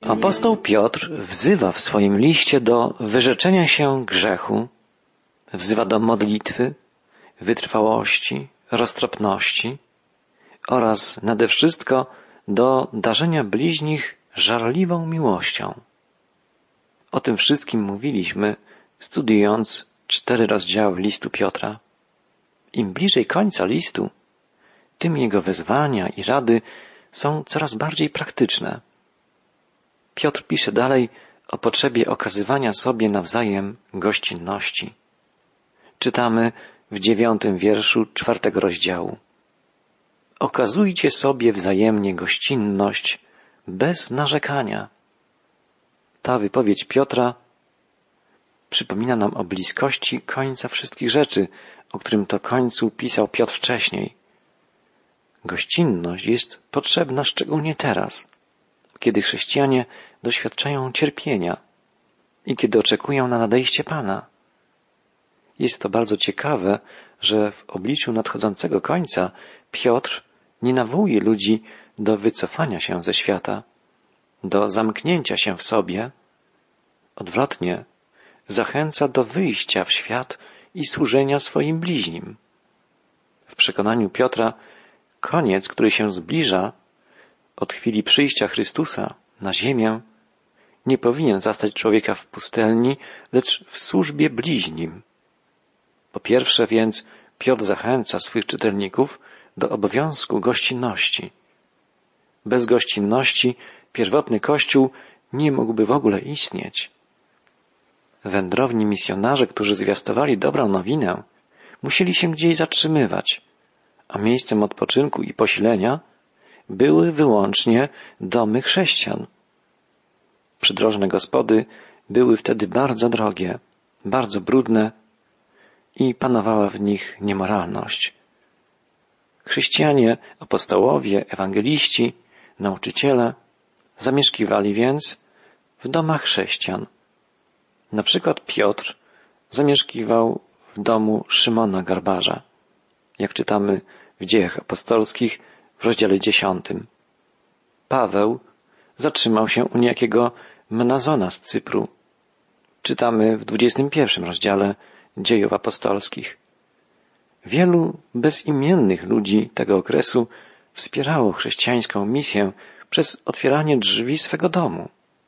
Apostoł Piotr wzywa w swoim liście do wyrzeczenia się grzechu, wzywa do modlitwy, wytrwałości, roztropności oraz nade wszystko do darzenia bliźnich żarliwą miłością. O tym wszystkim mówiliśmy, studiując 4 rozdziały listu Piotra. Im bliżej końca listu, tym jego wezwania i rady są coraz bardziej praktyczne. Piotr pisze dalej o potrzebie okazywania sobie nawzajem gościnności. Czytamy w 9 wierszu 4 rozdziału. Okazujcie sobie wzajemnie gościnność bez narzekania. Ta wypowiedź Piotra przypomina nam o bliskości końca wszystkich rzeczy, o którym to końcu pisał Piotr wcześniej. Gościnność jest potrzebna szczególnie teraz, kiedy chrześcijanie doświadczają cierpienia i kiedy oczekują na nadejście Pana. Jest to bardzo ciekawe, że w obliczu nadchodzącego końca Piotr nie nawołuje ludzi do wycofania się ze świata, do zamknięcia się w sobie. Odwrotnie, zachęca do wyjścia w świat i służenia swoim bliźnim. W przekonaniu Piotra koniec, który się zbliża od chwili przyjścia Chrystusa na ziemię, nie powinien zastać człowieka w pustelni, lecz w służbie bliźnim. Po pierwsze więc Piotr zachęca swych czytelników do obowiązku gościnności. Bez gościnności pierwotny Kościół nie mógłby w ogóle istnieć. Wędrowni misjonarze, którzy zwiastowali dobrą nowinę, musieli się gdzieś zatrzymywać, a miejscem odpoczynku i posilenia były wyłącznie domy chrześcijan. Przydrożne gospody były wtedy bardzo drogie, bardzo brudne i panowała w nich niemoralność. Chrześcijanie, apostołowie, ewangeliści, nauczyciele zamieszkiwali więc w domach chrześcijan. Na przykład Piotr zamieszkiwał w domu Szymona Garbarza, jak czytamy w Dziejach Apostolskich w rozdziale 10. Paweł zatrzymał się u niejakiego Mnazona z Cypru. Czytamy w 21 rozdziale Dziejów Apostolskich. Wielu bezimiennych ludzi tego okresu wspierało chrześcijańską misję przez otwieranie drzwi swego domu.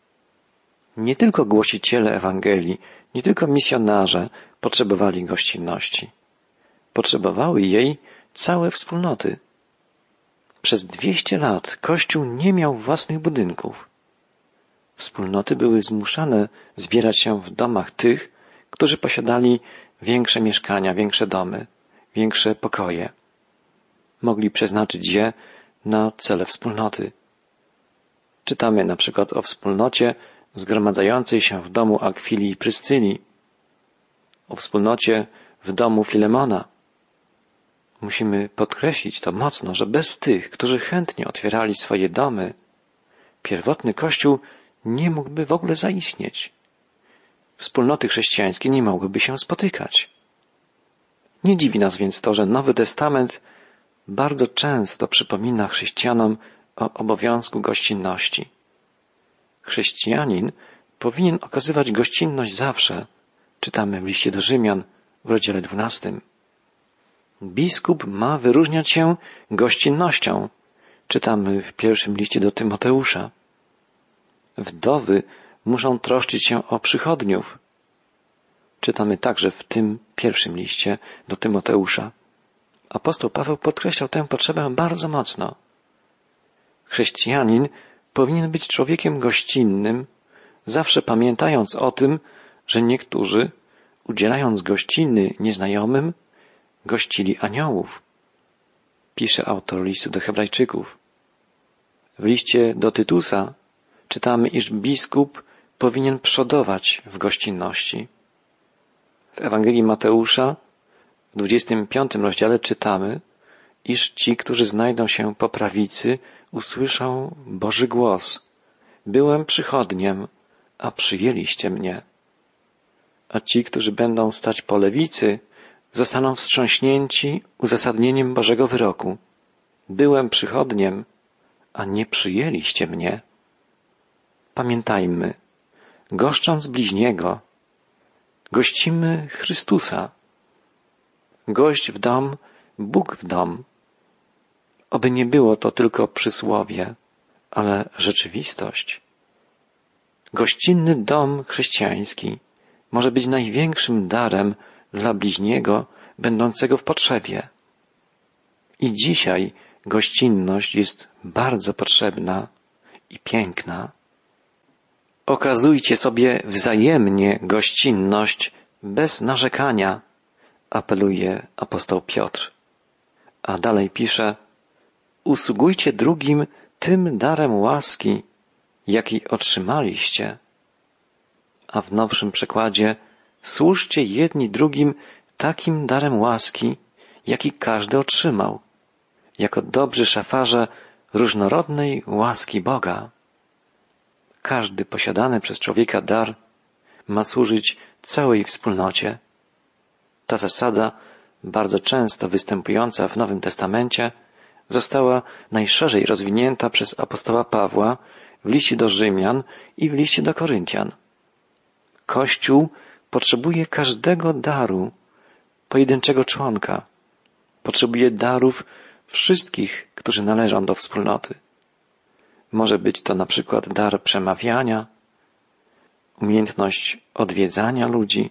Nie tylko głosiciele Ewangelii, nie tylko misjonarze potrzebowali gościnności. Potrzebowały jej całe wspólnoty. Przez 200 lat Kościół nie miał własnych budynków. Wspólnoty były zmuszane zbierać się w domach tych, którzy posiadali większe mieszkania, większe domy, większe pokoje. Mogli przeznaczyć je na cele wspólnoty. Czytamy na przykład o wspólnocie zgromadzającej się w domu Akwili i Pryscylii, o wspólnocie w domu Filemona. Musimy podkreślić to mocno, że bez tych, którzy chętnie otwierali swoje domy, pierwotny Kościół nie mógłby w ogóle zaistnieć. Wspólnoty chrześcijańskie nie mogłyby się spotykać. Nie dziwi nas więc to, że Nowy Testament bardzo często przypomina chrześcijanom o obowiązku gościnności. Chrześcijanin powinien okazywać gościnność zawsze, czytamy w liście do Rzymian w rozdziale 12. Biskup ma wyróżniać się gościnnością, czytamy w pierwszym liście do Tymoteusza. Wdowy muszą troszczyć się o przychodniów. Czytamy także w tym pierwszym liście do Tymoteusza. Apostoł Paweł podkreślał tę potrzebę bardzo mocno. Chrześcijanin powinien być człowiekiem gościnnym, zawsze pamiętając o tym, że niektórzy, udzielając gościny nieznajomym, gościli aniołów. Pisze autor listu do Hebrajczyków. W liście do Tytusa czytamy, iż biskup powinien przodować w gościnności. W Ewangelii Mateusza w 25 rozdziale czytamy, iż ci, którzy znajdą się po prawicy, usłyszą Boży głos. Byłem przychodniem, a przyjęliście mnie. A ci, którzy będą stać po lewicy, zostaną wstrząśnięci uzasadnieniem Bożego wyroku. Byłem przychodniem, a nie przyjęliście mnie. pamiętajmy, goszcząc bliźniego, gościmy Chrystusa. Gość w dom, Bóg w dom. Oby nie było to tylko przysłowie, ale rzeczywistość. Gościnny dom chrześcijański może być największym darem dla bliźniego będącego w potrzebie. I dzisiaj gościnność jest bardzo potrzebna i piękna. Okazujcie sobie wzajemnie gościnność bez narzekania, apeluje apostoł Piotr. A dalej pisze, usługujcie drugim tym darem łaski, jaki otrzymaliście. A w nowszym przekładzie, służcie jedni drugim takim darem łaski, jaki każdy otrzymał, jako dobrzy szafarze różnorodnej łaski Boga. Każdy posiadany przez człowieka dar ma służyć całej wspólnocie. Ta zasada, bardzo często występująca w Nowym Testamencie, została najszerzej rozwinięta przez apostoła Pawła w liście do Rzymian i w liście do Koryntian. Kościół potrzebuje każdego daru, pojedynczego członka. Potrzebuje darów wszystkich, którzy należą do wspólnoty. Może być to na przykład dar przemawiania, umiejętność odwiedzania ludzi,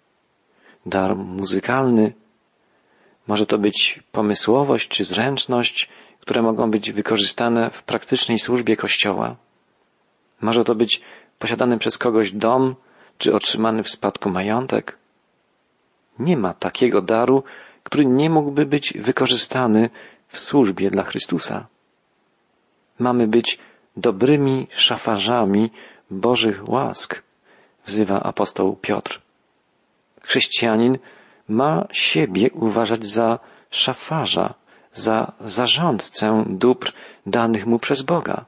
dar muzykalny, może to być pomysłowość czy zręczność, które mogą być wykorzystane w praktycznej służbie Kościoła. Może to być posiadany przez kogoś dom, czy otrzymany w spadku majątek. Nie ma takiego daru, który nie mógłby być wykorzystany w służbie dla Chrystusa. Mamy być dobrymi szafarzami Bożych łask, wzywa apostoł Piotr. Chrześcijanin ma siebie uważać za szafarza, za zarządcę dóbr danych mu przez Boga.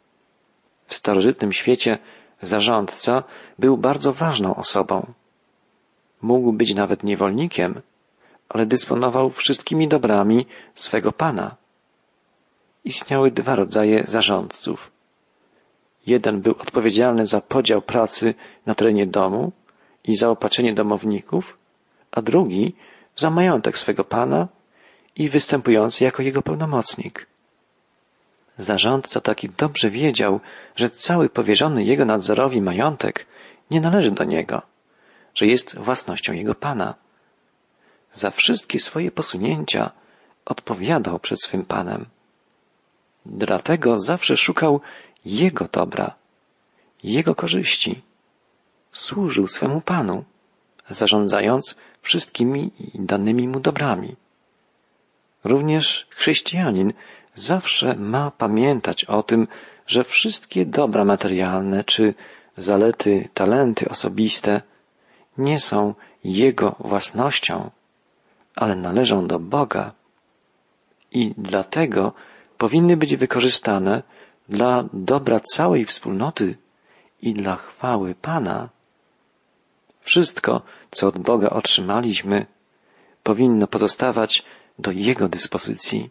W starożytnym świecie zarządca był bardzo ważną osobą. Mógł być nawet niewolnikiem, ale dysponował wszystkimi dobrami swego pana. Istniały dwa rodzaje zarządców. Jeden był odpowiedzialny za podział pracy na terenie domu i zaopatrzenie domowników, a drugi za majątek swego pana i występujący jako jego pełnomocnik. Zarządca taki dobrze wiedział, że cały powierzony jego nadzorowi majątek nie należy do niego, że jest własnością jego pana. Za wszystkie swoje posunięcia odpowiadał przed swym panem. Dlatego zawsze szukał jego dobra, jego korzyści. Służył swemu panu, zarządzając wszystkimi danymi mu dobrami. Również chrześcijanin zawsze ma pamiętać o tym, że wszystkie dobra materialne czy zalety, talenty osobiste nie są jego własnością, ale należą do Boga i dlatego powinny być wykorzystane dla dobra całej wspólnoty i dla chwały Pana. Wszystko, co od Boga otrzymaliśmy, powinno pozostawać do Jego dyspozycji.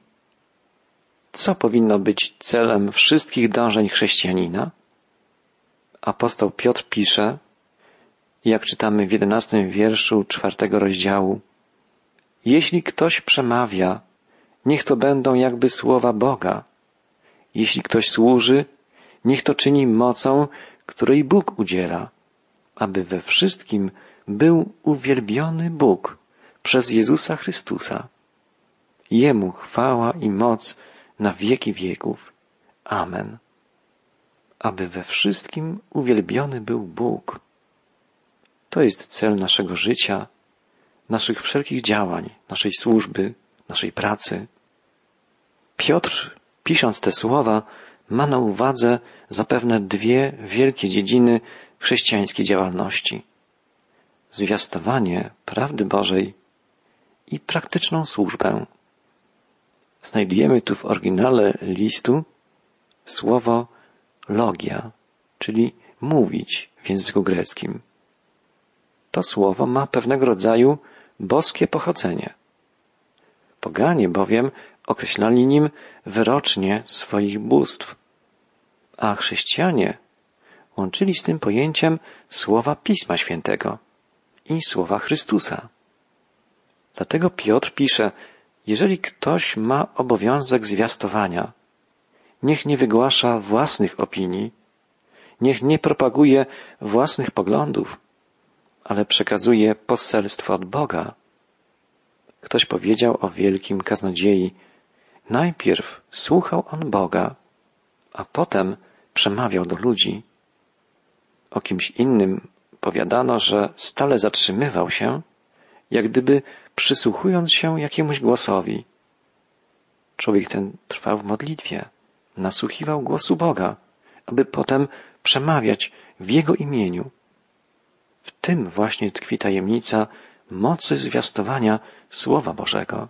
Co powinno być celem wszystkich dążeń chrześcijanina? Apostoł Piotr pisze, jak czytamy w 11 wierszu 4 rozdziału, jeśli ktoś przemawia, niech to będą jakby słowa Boga. Jeśli ktoś służy, niech to czyni mocą, której Bóg udziela, aby we wszystkim był uwielbiony Bóg przez Jezusa Chrystusa. Jemu chwała i moc na wieki wieków. Amen. Aby we wszystkim uwielbiony był Bóg. To jest cel naszego życia, naszych wszelkich działań, naszej służby, naszej pracy. Piotr, pisząc te słowa, ma na uwadze zapewne dwie wielkie dziedziny chrześcijańskiej działalności. Zwiastowanie prawdy Bożej i praktyczną służbę. Znajdujemy tu w oryginale listu słowo logia, czyli mówić w języku greckim. To słowo ma pewnego rodzaju boskie pochodzenie. Poganie bowiem określali nim wyrocznie swoich bóstw, a chrześcijanie łączyli z tym pojęciem słowa Pisma Świętego i słowa Chrystusa. Dlatego Piotr pisze, jeżeli ktoś ma obowiązek zwiastowania, niech nie wygłasza własnych opinii, niech nie propaguje własnych poglądów, ale przekazuje poselstwo od Boga. Ktoś powiedział o wielkim kaznodziei, najpierw słuchał on Boga, a potem przemawiał do ludzi. O kimś innym powiadano, że stale zatrzymywał się, jak gdyby przysłuchując się jakiemuś głosowi. Człowiek ten trwał w modlitwie, nasłuchiwał głosu Boga, aby potem przemawiać w Jego imieniu. W tym właśnie tkwi tajemnica mocy zwiastowania Słowa Bożego.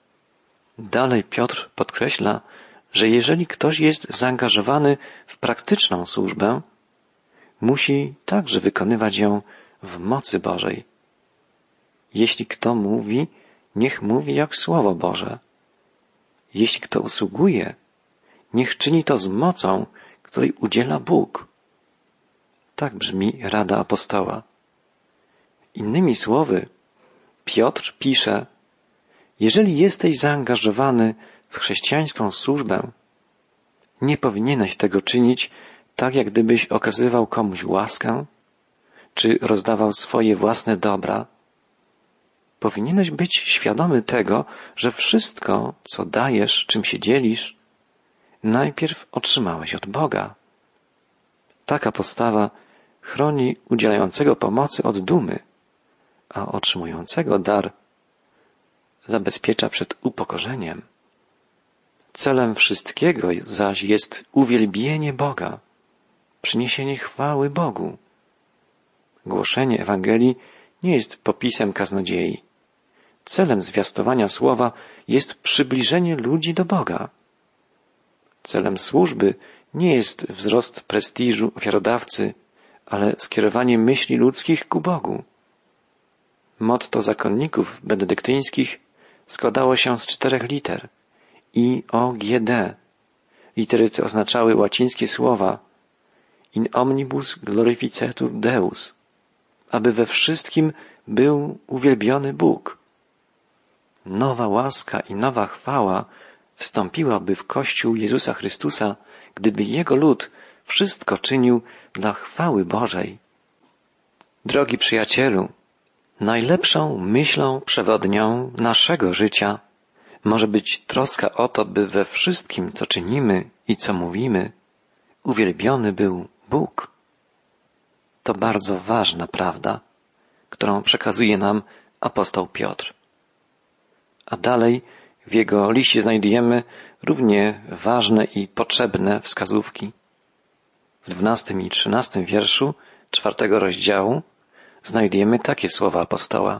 Dalej Piotr podkreśla, że jeżeli ktoś jest zaangażowany w praktyczną służbę, musi także wykonywać ją w mocy Bożej. Jeśli kto mówi, niech mówi jak Słowo Boże. Jeśli kto usługuje, niech czyni to z mocą, której udziela Bóg. Tak brzmi rada apostoła. Innymi słowy, Piotr pisze, jeżeli jesteś zaangażowany w chrześcijańską służbę, nie powinieneś tego czynić tak, jak gdybyś okazywał komuś łaskę, czy rozdawał swoje własne dobra. Powinieneś być świadomy tego, że wszystko, co dajesz, czym się dzielisz, najpierw otrzymałeś od Boga. Taka postawa chroni udzielającego pomocy od dumy, a otrzymującego dar zabezpiecza przed upokorzeniem. Celem wszystkiego zaś jest uwielbienie Boga, przyniesienie chwały Bogu. Głoszenie Ewangelii nie jest popisem kaznodziei. Celem zwiastowania słowa jest przybliżenie ludzi do Boga. Celem służby nie jest wzrost prestiżu ofiarodawcy, ale skierowanie myśli ludzkich ku Bogu. Motto zakonników benedyktyńskich składało się z 4 liter I-O-G-D. Litery te oznaczały łacińskie słowa in omnibus glorificetur Deus, aby we wszystkim był uwielbiony Bóg. Nowa łaska i nowa chwała wstąpiłaby w Kościół Jezusa Chrystusa, gdyby Jego lud wszystko czynił dla chwały Bożej. Drogi przyjacielu, najlepszą myślą przewodnią naszego życia może być troska o to, by we wszystkim, co czynimy i co mówimy, uwielbiony był Bóg. To bardzo ważna prawda, którą przekazuje nam apostoł Piotr. A dalej w jego liście znajdujemy równie ważne i potrzebne wskazówki. W 12 i 13 wierszu 4 rozdziału znajdujemy takie słowa apostoła.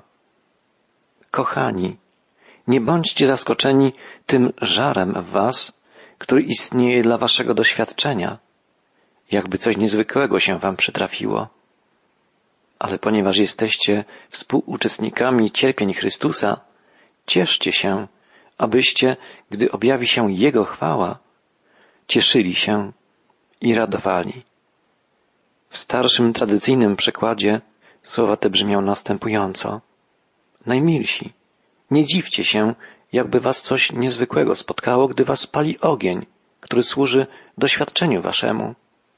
Kochani, nie bądźcie zaskoczeni tym żarem w was, który istnieje dla waszego doświadczenia, jakby coś niezwykłego się wam przytrafiło. Ale ponieważ jesteście współuczestnikami cierpień Chrystusa, cieszcie się, abyście, gdy objawi się Jego chwała, cieszyli się i radowali. W starszym, tradycyjnym przekładzie słowa te brzmią następująco. Najmilsi, nie dziwcie się, jakby was coś niezwykłego spotkało, gdy was pali ogień, który służy doświadczeniu waszemu.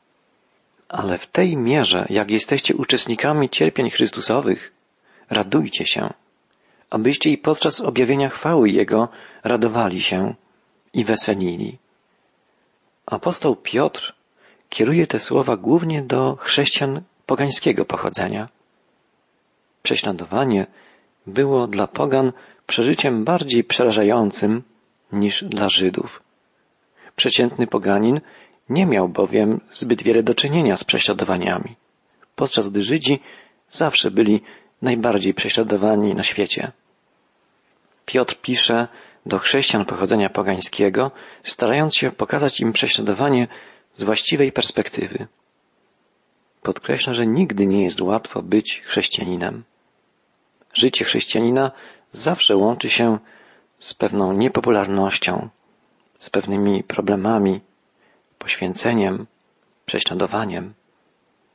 Ale w tej mierze, jak jesteście uczestnikami cierpień Chrystusowych, radujcie się, abyście i podczas objawienia chwały Jego radowali się i weselili. Apostoł Piotr kieruje te słowa głównie do chrześcijan pogańskiego pochodzenia. Prześladowanie było dla pogan przeżyciem bardziej przerażającym niż dla Żydów. Przeciętny poganin nie miał bowiem zbyt wiele do czynienia z prześladowaniami, podczas gdy Żydzi zawsze byli najbardziej prześladowani na świecie. Piotr pisze do chrześcijan pochodzenia pogańskiego, starając się pokazać im prześladowanie z właściwej perspektywy. Podkreśla, że nigdy nie jest łatwo być chrześcijaninem. Życie chrześcijanina zawsze łączy się z pewną niepopularnością, z pewnymi problemami, poświęceniem, prześladowaniem.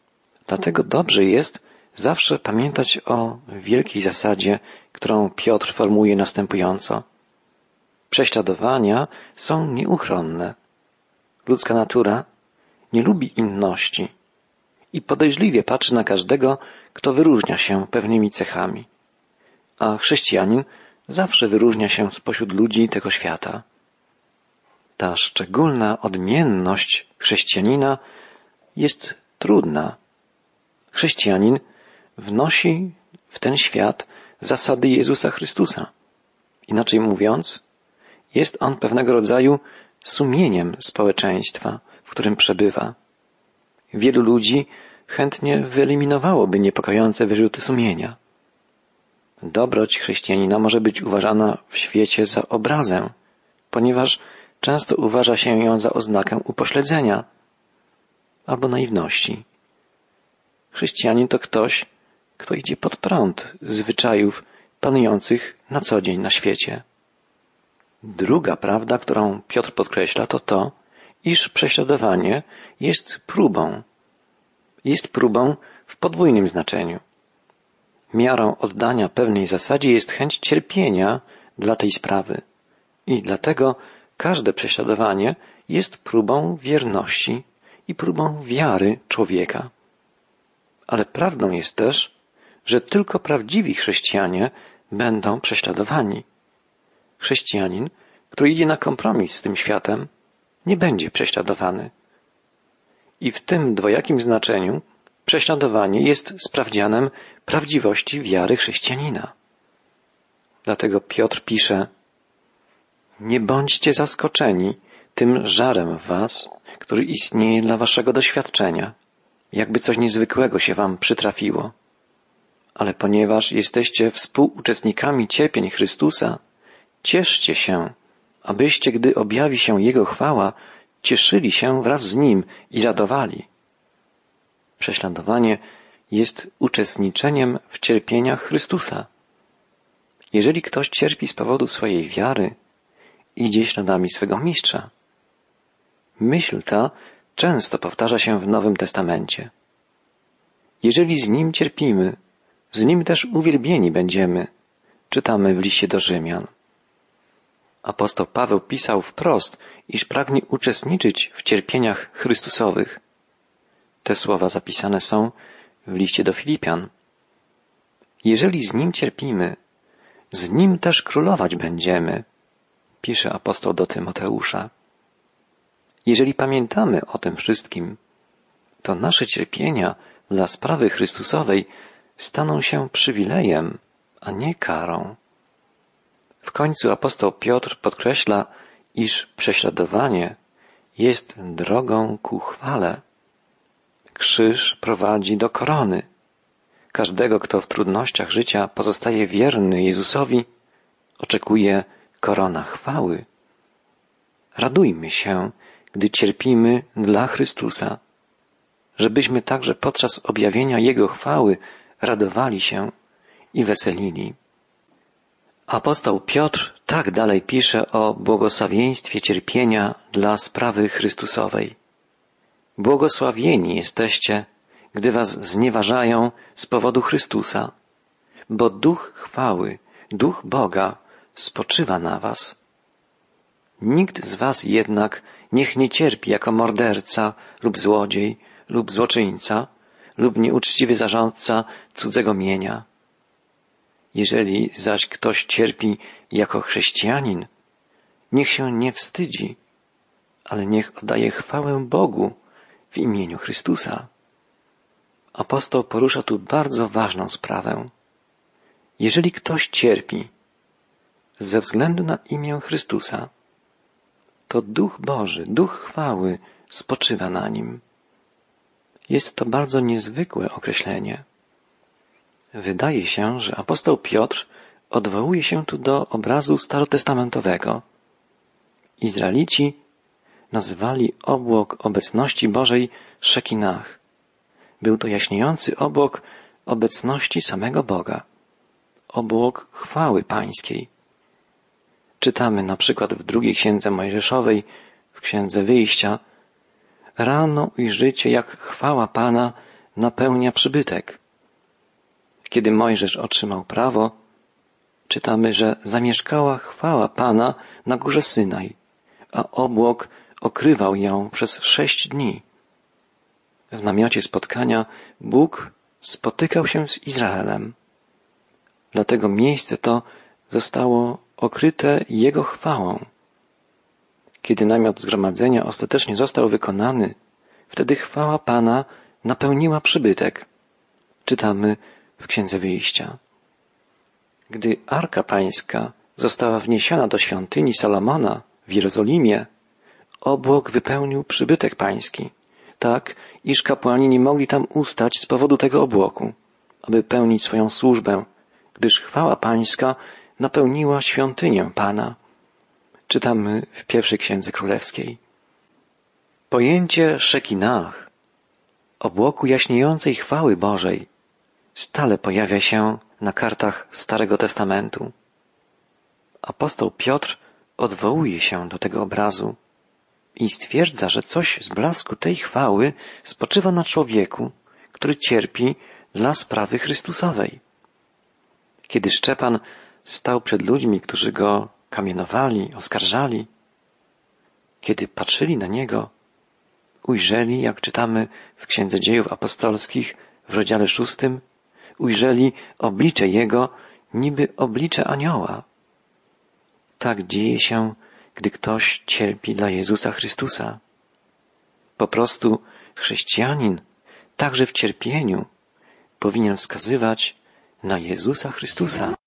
Dlatego dobrze jest zawsze pamiętać o wielkiej zasadzie, którą Piotr formułuje następująco. Prześladowania są nieuchronne. Ludzka natura nie lubi inności i podejrzliwie patrzy na każdego, kto wyróżnia się pewnymi cechami. A chrześcijanin zawsze wyróżnia się spośród ludzi tego świata. Ta szczególna odmienność chrześcijanina jest trudna. Chrześcijanin wnosi w ten świat zasady Jezusa Chrystusa. Inaczej mówiąc, jest on pewnego rodzaju sumieniem społeczeństwa, w którym przebywa. Wielu ludzi chętnie wyeliminowałoby niepokojące wyrzuty sumienia. Dobroć chrześcijanina może być uważana w świecie za obrazę, ponieważ często uważa się ją za oznakę upośledzenia albo naiwności. Chrześcijanin to ktoś, kto idzie pod prąd zwyczajów panujących na co dzień na świecie. Druga prawda, którą Piotr podkreśla, to to, iż prześladowanie jest próbą. Jest próbą w podwójnym znaczeniu. Miarą oddania pewnej zasadzie jest chęć cierpienia dla tej sprawy. I dlatego każde prześladowanie jest próbą wierności i próbą wiary człowieka. Ale prawdą jest też, że tylko prawdziwi chrześcijanie będą prześladowani. Chrześcijanin, który idzie na kompromis z tym światem, nie będzie prześladowany. I w tym dwojakim znaczeniu prześladowanie jest sprawdzianem prawdziwości wiary chrześcijanina. Dlatego Piotr pisze: nie bądźcie zaskoczeni tym żarem w was, który istnieje dla waszego doświadczenia, jakby coś niezwykłego się wam przytrafiło. Ale ponieważ jesteście współuczestnikami cierpień Chrystusa, cieszcie się, abyście, gdy objawi się Jego chwała, cieszyli się wraz z Nim i radowali. Prześladowanie jest uczestniczeniem w cierpieniach Chrystusa. Jeżeli ktoś cierpi z powodu swojej wiary, idzie śladami swego mistrza. Myśl ta często powtarza się w Nowym Testamencie. Jeżeli z Nim cierpimy, z Nim też uwielbieni będziemy, czytamy w liście do Rzymian. Apostoł Paweł pisał wprost, iż pragnie uczestniczyć w cierpieniach Chrystusowych. Te słowa zapisane są w liście do Filipian. Jeżeli z Nim cierpimy, z Nim też królować będziemy, pisze apostoł do Tymoteusza. Jeżeli pamiętamy o tym wszystkim, to nasze cierpienia dla sprawy Chrystusowej staną się przywilejem, a nie karą. W końcu apostoł Piotr podkreśla, iż prześladowanie jest drogą ku chwale. Krzyż prowadzi do korony. Każdego, kto w trudnościach życia pozostaje wierny Jezusowi, oczekuje korona chwały. Radujmy się, gdy cierpimy dla Chrystusa, żebyśmy także podczas objawienia Jego chwały radowali się i weselili. Apostoł Piotr tak dalej pisze o błogosławieństwie cierpienia dla sprawy Chrystusowej. Błogosławieni jesteście, gdy was znieważają z powodu Chrystusa, bo Duch chwały, Duch Boga spoczywa na was. Nikt z was jednak niech nie cierpi jako morderca lub złodziej lub złoczyńca lub nieuczciwy zarządca cudzego mienia. Jeżeli zaś ktoś cierpi jako chrześcijanin, niech się nie wstydzi, ale niech oddaje chwałę Bogu w imieniu Chrystusa. Apostoł porusza tu bardzo ważną sprawę. Jeżeli ktoś cierpi ze względu na imię Chrystusa, to Duch Boży, Duch chwały spoczywa na nim. Jest to bardzo niezwykłe określenie. Wydaje się, że apostoł Piotr odwołuje się tu do obrazu starotestamentowego. Izraelici nazywali obłok obecności Bożej Szekinach. Był to jaśniejący obłok obecności samego Boga. Obłok chwały pańskiej. Czytamy na przykład w drugiej księdze Mojżeszowej, w księdze Wyjścia: rano ujrzycie, jak chwała Pana napełnia przybytek. Kiedy Mojżesz otrzymał prawo, czytamy, że zamieszkała chwała Pana na górze Synaj, a obłok okrywał ją przez 6 dni. W namiocie spotkania Bóg spotykał się z Izraelem. Dlatego miejsce to zostało okryte Jego chwałą. Kiedy namiot zgromadzenia ostatecznie został wykonany, wtedy chwała Pana napełniła przybytek. Czytamy w Księdze Wyjścia. Gdy Arka Pańska została wniesiona do świątyni Salomona w Jerozolimie, obłok wypełnił przybytek Pański, tak iż kapłani nie mogli tam ustać z powodu tego obłoku, aby pełnić swoją służbę, gdyż chwała Pańska napełniła świątynię Pana. Czytamy w pierwszej Księdze Królewskiej. Pojęcie Szekinach, obłoku jaśniejącej chwały Bożej, stale pojawia się na kartach Starego Testamentu. Apostoł Piotr odwołuje się do tego obrazu i stwierdza, że coś z blasku tej chwały spoczywa na człowieku, który cierpi dla sprawy Chrystusowej. Kiedy Szczepan stał przed ludźmi, którzy go kamienowali, oskarżali, kiedy patrzyli na niego, ujrzeli, jak czytamy w Księdze Dziejów Apostolskich w rozdziale 6, ujrzeli oblicze jego, niby oblicze anioła. Tak dzieje się, gdy ktoś cierpi dla Jezusa Chrystusa. Po prostu chrześcijanin, także w cierpieniu, powinien wskazywać na Jezusa Chrystusa.